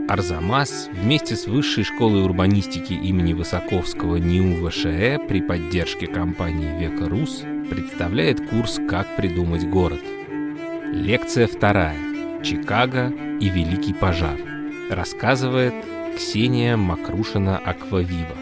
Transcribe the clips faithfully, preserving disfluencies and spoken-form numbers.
Арзамас вместе с Высшей школой урбанистики имени Высоковского НИУ ВШЭ при поддержке компании «Века.Рус» представляет курс «Как придумать город». Лекция вторая. Чикаго и Великий пожар. Рассказывает Ксения Макрушина-Аквавива.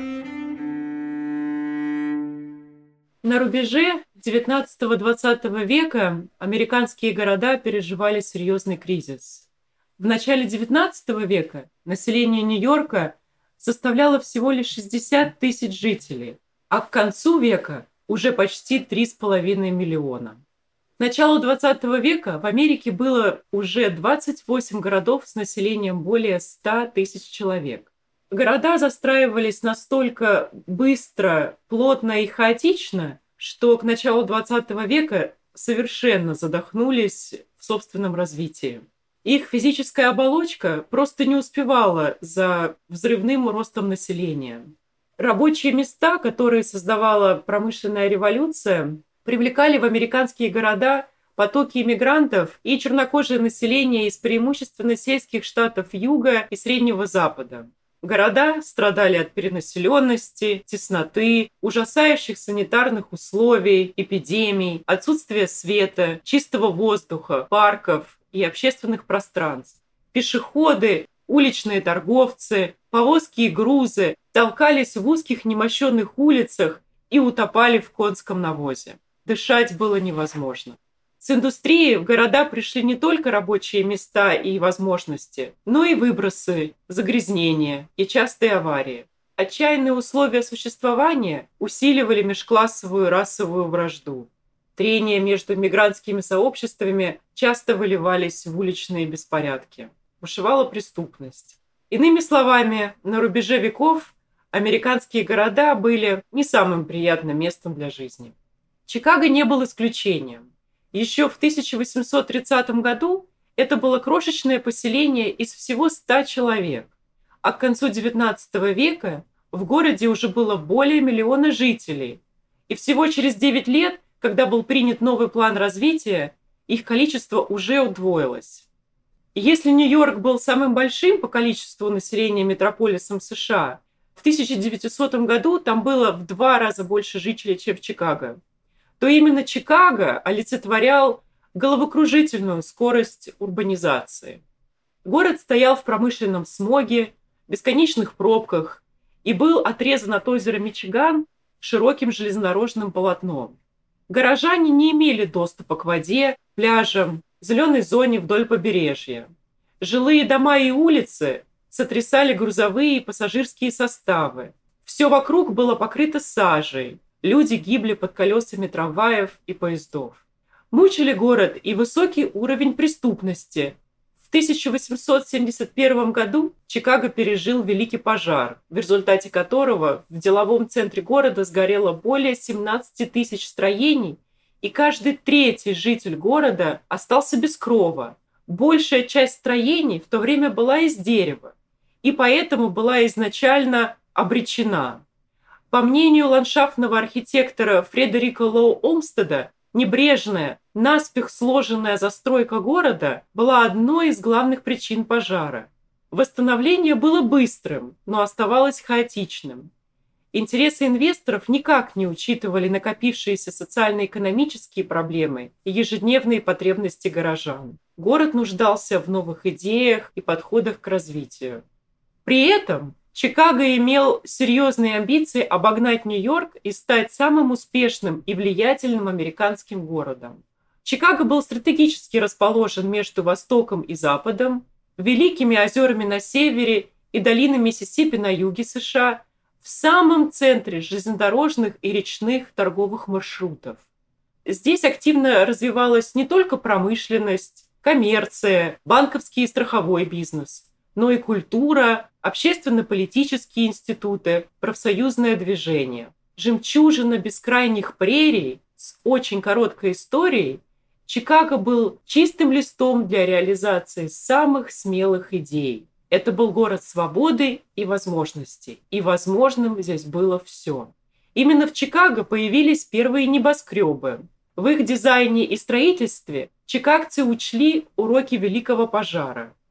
На рубеже девятнадцатого-двадцатого века американские города переживали серьезный кризис. В начале девятнадцатого века население Нью-Йорка составляло всего лишь шестьдесят тысяч жителей, а к концу века уже почти три с половиной миллиона. К началу двадцатого века в Америке было уже двадцать восемь городов с населением более ста тысяч человек. Города застраивались настолько быстро, плотно и хаотично, что к началу двадцатого века совершенно задохнулись в собственном развитии. Их физическая оболочка просто не успевала за взрывным ростом населения. Рабочие места, которые создавала промышленная революция, привлекали в американские города потоки иммигрантов и чернокожее население из преимущественно сельских штатов Юга и Среднего Запада. Города страдали от перенаселенности, тесноты, ужасающих санитарных условий, эпидемий, отсутствия света, чистого воздуха, парков и общественных пространств. Пешеходы, уличные торговцы, повозки и грузы толкались в узких немощенных улицах и утопали в конском навозе. Дышать было невозможно. С индустрией в города пришли не только рабочие места и возможности, но и выбросы, загрязнения и частые аварии. Отчаянные условия существования усиливали межклассовую и расовую вражду. Трения между мигрантскими сообществами часто выливались в уличные беспорядки. Бушевала преступность. Иными словами, на рубеже веков американские города были не самым приятным местом для жизни. Чикаго не был исключением. Еще в тысяча восемьсот тридцатом году это было крошечное поселение из всего ста человек, а к концу девятнадцатого века в городе уже было более миллиона жителей, и всего через девять лет, когда был принят новый план развития, их количество уже удвоилось. И если Нью-Йорк был самым большим по количеству населения метрополисом США, в тысяча девятисотом году там было в два раза больше жителей, чем в Чикаго, то именно Чикаго олицетворял головокружительную скорость урбанизации. Город стоял в промышленном смоге, бесконечных пробках и был отрезан от озера Мичиган широким железнодорожным полотном. Горожане не имели доступа к воде, пляжам, зеленой зоне вдоль побережья. Жилые дома и улицы сотрясали грузовые и пассажирские составы. Все вокруг было покрыто сажей. Люди гибли под колесами трамваев и поездов. Мучили город и высокий уровень преступности. В тысяча восемьсот семьдесят первом году Чикаго пережил Великий пожар, в результате которого в деловом центре города сгорело более семнадцати тысяч строений, и каждый третий житель города остался без крова. Большая часть строений в то время была из дерева, и поэтому была изначально обречена. По мнению ландшафтного архитектора Фредерика Лоу Олмстеда, небрежная, наспех сложенная застройка города была одной из главных причин пожара. Восстановление было быстрым, но оставалось хаотичным. Интересы инвесторов никак не учитывали накопившиеся социально-экономические проблемы и ежедневные потребности горожан. Город нуждался в новых идеях и подходах к развитию. При этом Чикаго имел серьезные амбиции обогнать Нью-Йорк и стать самым успешным и влиятельным американским городом. Чикаго был стратегически расположен между Востоком и Западом, Великими озерами на севере и долиной Миссисипи на юге США, в самом центре железнодорожных и речных торговых маршрутов. Здесь активно развивалась не только промышленность, коммерция, банковский и страховой бизнес, но и культура, общественно-политические институты, профсоюзное движение. Жемчужина бескрайних прерий с очень короткой историей, Чикаго был чистым листом для реализации самых смелых идей. Это был город свободы и возможностей, и возможным здесь было все. Именно в Чикаго появились первые небоскребы. В их дизайне и строительстве чикагцы учли уроки Великого пожара.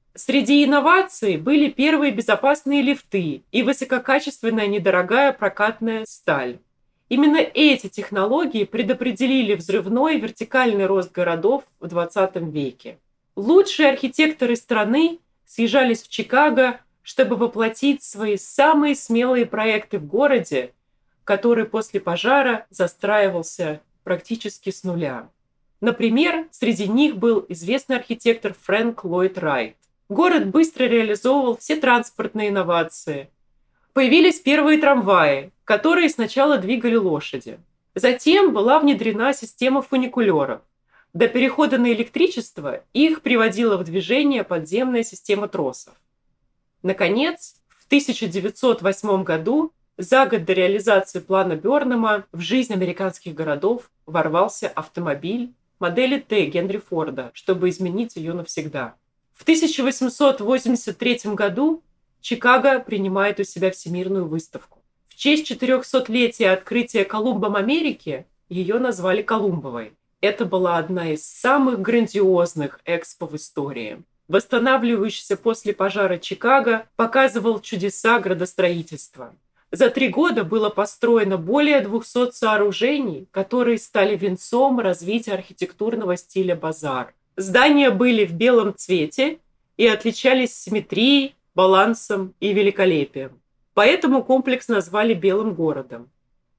Среди инноваций были первые безопасные лифты и высококачественная недорогая прокатная сталь. Именно эти технологии предопределили взрывной вертикальный рост городов в двадцатом веке. Лучшие архитекторы страны съезжались в Чикаго, чтобы воплотить свои самые смелые проекты в городе, который после пожара застраивался практически с нуля. Например, среди них был известный архитектор Фрэнк Ллойд Райт. Город быстро реализовывал все транспортные инновации. Появились первые трамваи, которые сначала двигали лошади. Затем была внедрена система фуникулеров. До перехода на электричество их приводила в движение подземная система тросов. Наконец, в тысяча девятьсот восьмом году, за год до реализации плана Бёрнема, в жизнь американских городов ворвался автомобиль модели Т Генри Форда, чтобы изменить ее навсегда. В тысяча восемьсот восемьдесят третьем году Чикаго принимает у себя всемирную выставку. В честь четырехсотлетия открытия Колумбом Америки ее назвали Колумбовой. Это была одна из самых грандиозных экспо в истории. Восстанавливающийся после пожара Чикаго показывал чудеса градостроительства. За три года было построено более двухсот сооружений, которые стали венцом развития архитектурного стиля базар. Здания были в белом цвете и отличались симметрией, балансом и великолепием. Поэтому комплекс назвали Белым городом.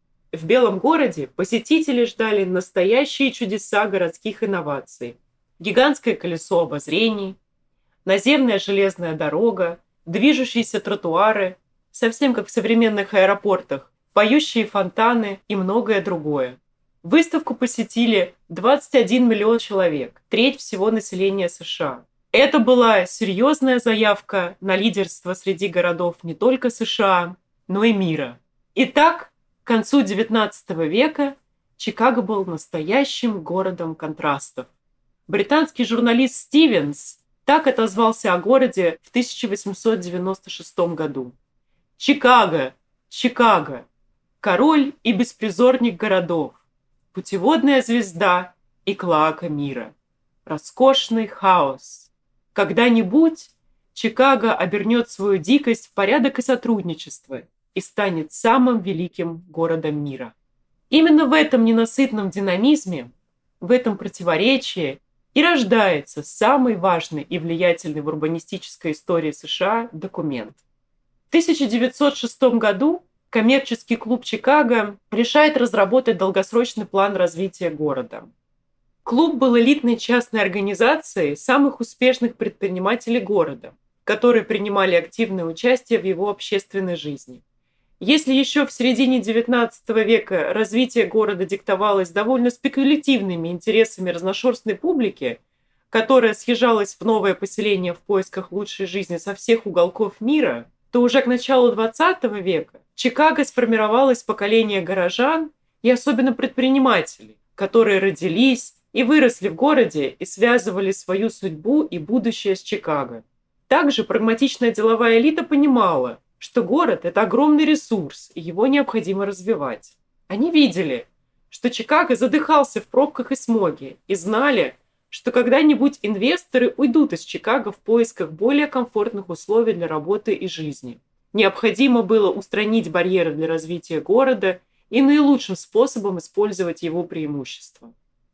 В Белом городе посетители ждали настоящие чудеса городских инноваций. Гигантское колесо обозрений, наземная железная дорога, движущиеся тротуары, совсем как в современных аэропортах, поющие фонтаны и многое другое. Выставку посетили двадцать один миллион человек, треть всего населения США. Это была серьезная заявка на лидерство среди городов не только США, но и мира. Итак, к концу девятнадцатого века Чикаго был настоящим городом контрастов. Британский журналист Стивенс так отозвался о городе в тысяча восемьсот девяносто шестом году. «Чикаго! Чикаго! Король и беспризорник городов, путеводная звезда и клоака мира. Роскошный хаос. Когда-нибудь Чикаго обернет свою дикость в порядок и сотрудничество и станет самым великим городом мира». Именно в этом ненасытном динамизме, в этом противоречии и рождается самый важный и влиятельный в урбанистической истории США документ. В тысяча девятьсот шестом году коммерческий клуб Чикаго решает разработать долгосрочный план развития города. Клуб был элитной частной организацией самых успешных предпринимателей города, которые принимали активное участие в его общественной жизни. Если еще в середине девятнадцатого века развитие города диктовалось довольно спекулятивными интересами разношерстной публики, которая съезжалась в новое поселение в поисках лучшей жизни со всех уголков мира, то уже к началу двадцатого века в Чикаго сформировалось поколение горожан и особенно предпринимателей, которые родились и выросли в городе и связывали свою судьбу и будущее с Чикаго. Также прагматичная деловая элита понимала, что город – это огромный ресурс, и его необходимо развивать. Они видели, что Чикаго задыхался в пробках и смоге, и знали, что когда-нибудь инвесторы уйдут из Чикаго в поисках более комфортных условий для работы и жизни. Необходимо было устранить барьеры для развития города и наилучшим способом использовать его преимущества.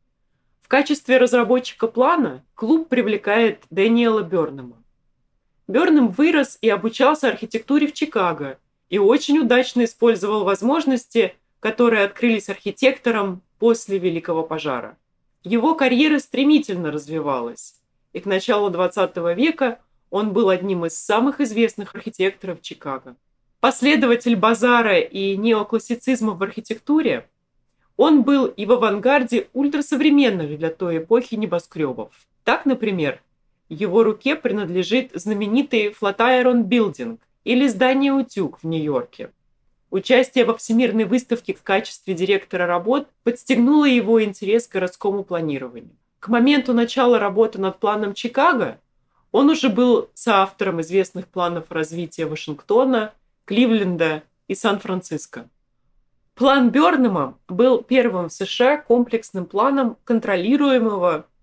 В качестве разработчика плана клуб привлекает Дэниела Бёрнема. Бёрнем вырос и обучался архитектуре в Чикаго и очень удачно использовал возможности, которые открылись архитекторам после Великого пожара. Его карьера стремительно развивалась, и к началу двадцатого века он был одним из самых известных архитекторов Чикаго. Последователь базара и неоклассицизма в архитектуре, он был и в авангарде ультрасовременных для той эпохи небоскребов. Так, например, его руке принадлежит знаменитый Flatiron Building или здание «Утюг» в Нью-Йорке. Участие во Всемирной выставке в качестве директора работ подстегнуло его интерес к городскому планированию. К моменту начала работы над планом Чикаго он уже был соавтором известных планов развития Вашингтона, Кливленда и Сан-Франциско. План Бёрнема был первым в США комплексным планом контролируемого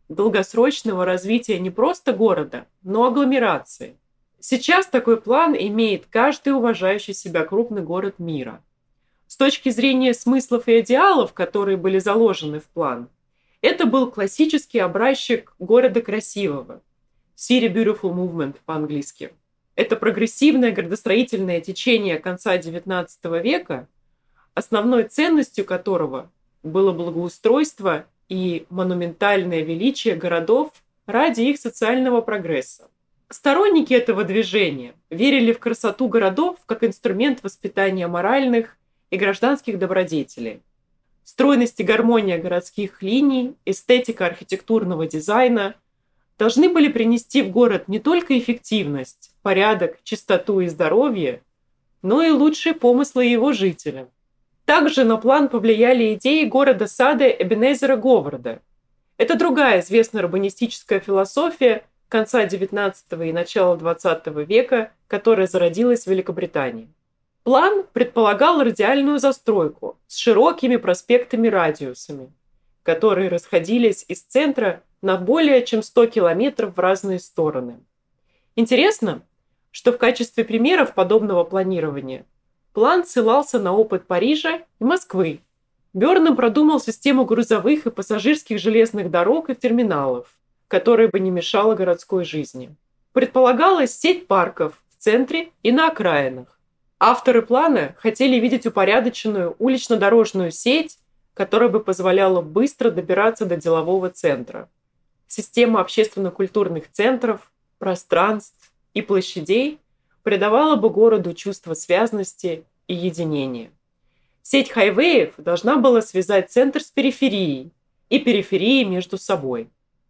долгосрочного развития не просто города, но агломерации. Сейчас такой план имеет каждый уважающий себя крупный город мира. С точки зрения смыслов и идеалов, которые были заложены в план, это был классический образчик города красивого. City Beautiful Movement по-английски. Это прогрессивное градостроительное течение конца девятнадцатого века, основной ценностью которого было благоустройство и монументальное величие городов ради их социального прогресса. Сторонники этого движения верили в красоту городов как инструмент воспитания моральных и гражданских добродетелей. Стройность и гармония городских линий, эстетика архитектурного дизайна должны были принести в город не только эффективность, порядок, чистоту и здоровье, но и лучшие помыслы его жителям. Также на план повлияли идеи города-сада Эбенезера Говарда. Это другая известная урбанистическая философия конца девятнадцатого и начала двадцатого века, которая зародилась в Великобритании. План предполагал радиальную застройку с широкими проспектами-радиусами, которые расходились из центра на более чем сто километров в разные стороны. Интересно, что в качестве примеров подобного планирования план ссылался на опыт Парижа и Москвы. Бёрнем продумал систему грузовых и пассажирских железных дорог и терминалов, которая бы не мешала городской жизни. Предполагалась сеть парков в центре и на окраинах. Авторы плана хотели видеть упорядоченную улично-дорожную сеть, которая бы позволяла быстро добираться до делового центра. Система общественно-культурных центров, пространств и площадей придавала бы городу чувство связности и единения. Сеть хайвеев должна была связать центр с периферией и периферией между собой.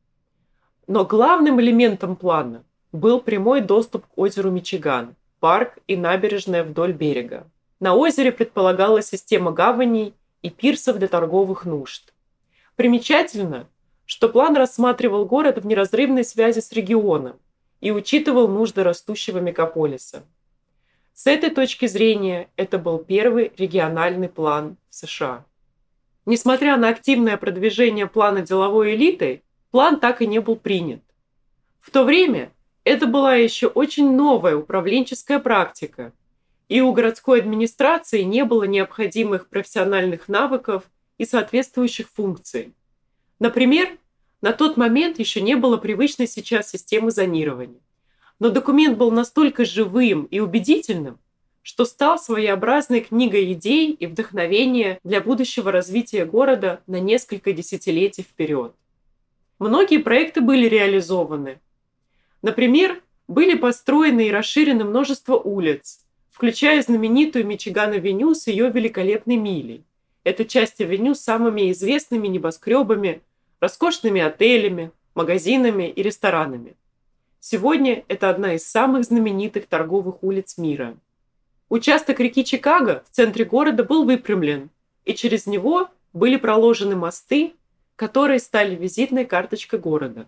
Но главным элементом плана был прямой доступ к озеру Мичиган, парк и набережная вдоль берега. На озере предполагалась система гаваней и пирсов для торговых нужд. Примечательно, что план рассматривал город в неразрывной связи с регионом и учитывал нужды растущего мегаполиса. С этой точки зрения это был первый региональный план в США. Несмотря на активное продвижение плана деловой элитой, план так и не был принят. В то время это была еще очень новая управленческая практика, и у городской администрации не было необходимых профессиональных навыков и соответствующих функций. Например, на тот момент еще не было привычной сейчас системы зонирования, но документ был настолько живым и убедительным, что стал своеобразной книгой идей и вдохновения для будущего развития города на несколько десятилетий вперед. Многие проекты были реализованы. Например, были построены и расширены множество улиц, включая знаменитую Мичиган-авеню с ее великолепной милей. Это часть авеню с самыми известными небоскребами, роскошными отелями, магазинами и ресторанами. Сегодня это одна из самых знаменитых торговых улиц мира. Участок реки Чикаго в центре города был выпрямлен, и через него были проложены мосты, которые стали визитной карточкой города.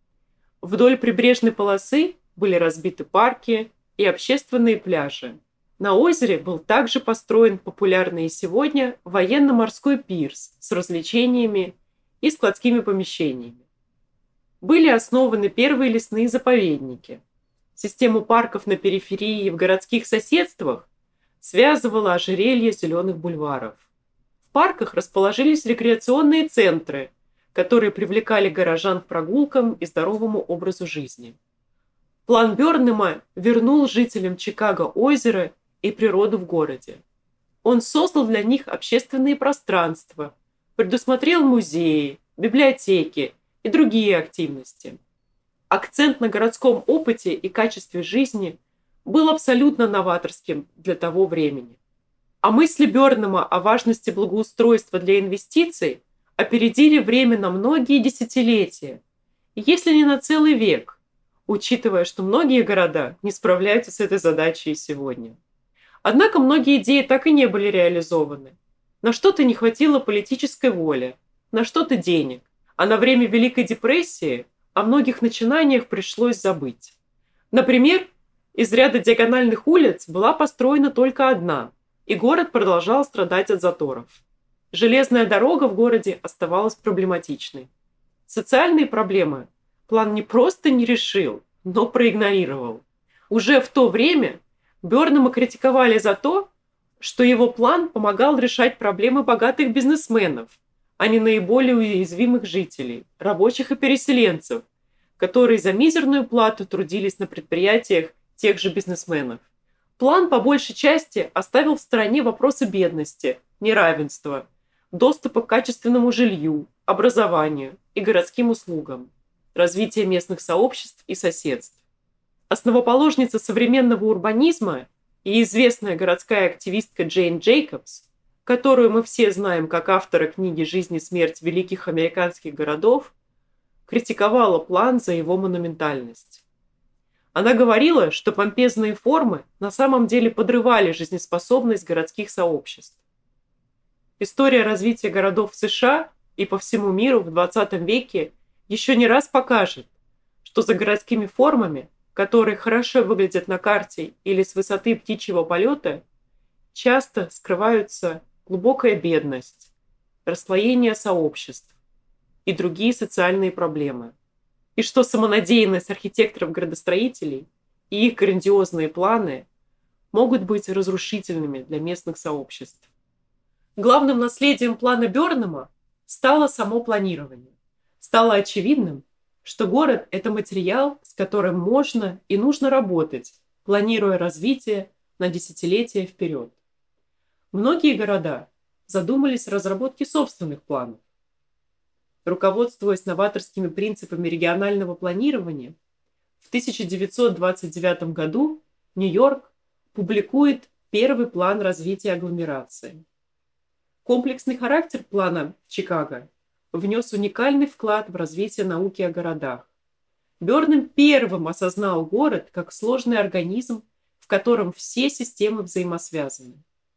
Вдоль прибрежной полосы были разбиты парки и общественные пляжи. На озере был также построен популярный и сегодня военно-морской пирс с развлечениями и складскими помещениями. Были основаны первые лесные заповедники. Систему парков на периферии и в городских соседствах связывало ожерелье зеленых бульваров. В парках расположились рекреационные центры, которые привлекали горожан к прогулкам и здоровому образу жизни. План Бёрнема вернул жителям Чикаго озеро и природу в городе. Он создал для них общественные пространства, предусмотрел музеи, библиотеки и другие активности. Акцент на городском опыте и качестве жизни был абсолютно новаторским для того времени. А мысли Бёрнема о важности благоустройства для инвестиций опередили время на многие десятилетия, если не на целый век, учитывая, что многие города не справляются с этой задачей сегодня. Однако многие идеи так и не были реализованы. На что-то не хватило политической воли, на что-то денег, а на время Великой депрессии о многих начинаниях пришлось забыть. Например, из ряда диагональных улиц была построена только одна, и город продолжал страдать от заторов. Железная дорога в городе оставалась проблематичной. Социальные проблемы план не просто не решил, но проигнорировал. Уже в то время Бёрнама критиковали за то, что его план помогал решать проблемы богатых бизнесменов, а не наиболее уязвимых жителей, рабочих и переселенцев, которые за мизерную плату трудились на предприятиях тех же бизнесменов. План по большей части оставил в стороне вопросы бедности, неравенства, доступа к качественному жилью, образованию и городским услугам, развития местных сообществ и соседств. Основоположница современного урбанизма и известная городская активистка Джейн Джейкобс, которую мы все знаем как автора книги «Жизнь и смерть великих американских городов», критиковала план за его монументальность. Она говорила, что помпезные формы на самом деле подрывали жизнеспособность городских сообществ. История развития городов в США и по всему миру в двадцатом веке еще не раз покажет, что за городскими формами, которые хорошо выглядят на карте или с высоты птичьего полета, часто скрываются глубокая бедность, расслоение сообществ и другие социальные проблемы, и что самонадеянность архитекторов-градостроителей и их грандиозные планы могут быть разрушительными для местных сообществ. Главным наследием плана Бёрнама стало само планирование. Стало очевидным, что город – это материал, с которым можно и нужно работать, планируя развитие на десятилетия вперед. Многие города задумались о разработке собственных планов. Руководствуясь новаторскими принципами регионального планирования, в тысяча девятьсот двадцать девятом году Нью-Йорк публикует первый план развития агломерации. Комплексный характер плана Чикаго внес уникальный вклад в развитие науки о городах. Бёрнам первым осознал город как сложный организм, в котором все системы взаимосвязаны.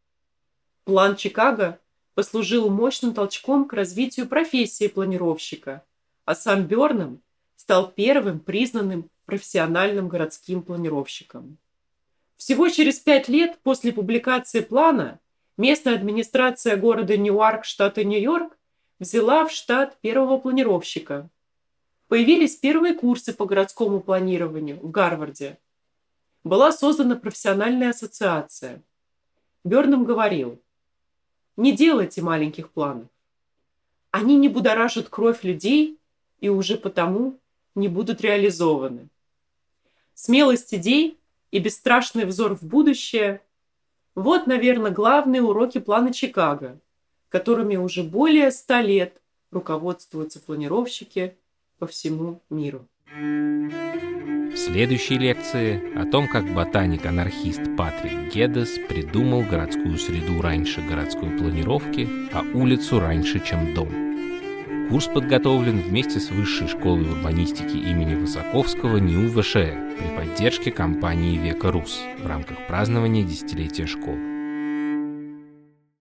План Чикаго послужил мощным толчком к развитию профессии планировщика, а сам Бёрнам стал первым признанным профессиональным городским планировщиком. Всего через пять лет после публикации плана местная администрация города Ньюарк, штата Нью-Йорк, взяла в штат первого планировщика. Появились первые курсы по городскому планированию в Гарварде. Была создана профессиональная ассоциация. Бёрнам говорил: «Не делайте маленьких планов. Они не будоражат кровь людей и уже потому не будут реализованы. Смелость идей и бесстрашный взор в будущее – вот, наверное, главные уроки плана Чикаго, которыми уже более ста лет руководствуются планировщики по всему миру». В следующей лекции о том, как ботаник-анархист Патрик Геддес придумал городскую среду раньше городской планировки, а улицу раньше, чем дом. Курс подготовлен вместе с Высшей школой урбанистики имени Высоковского НИУ ВШЭ при поддержке компании «Века Рус» в рамках празднования десятилетия школы.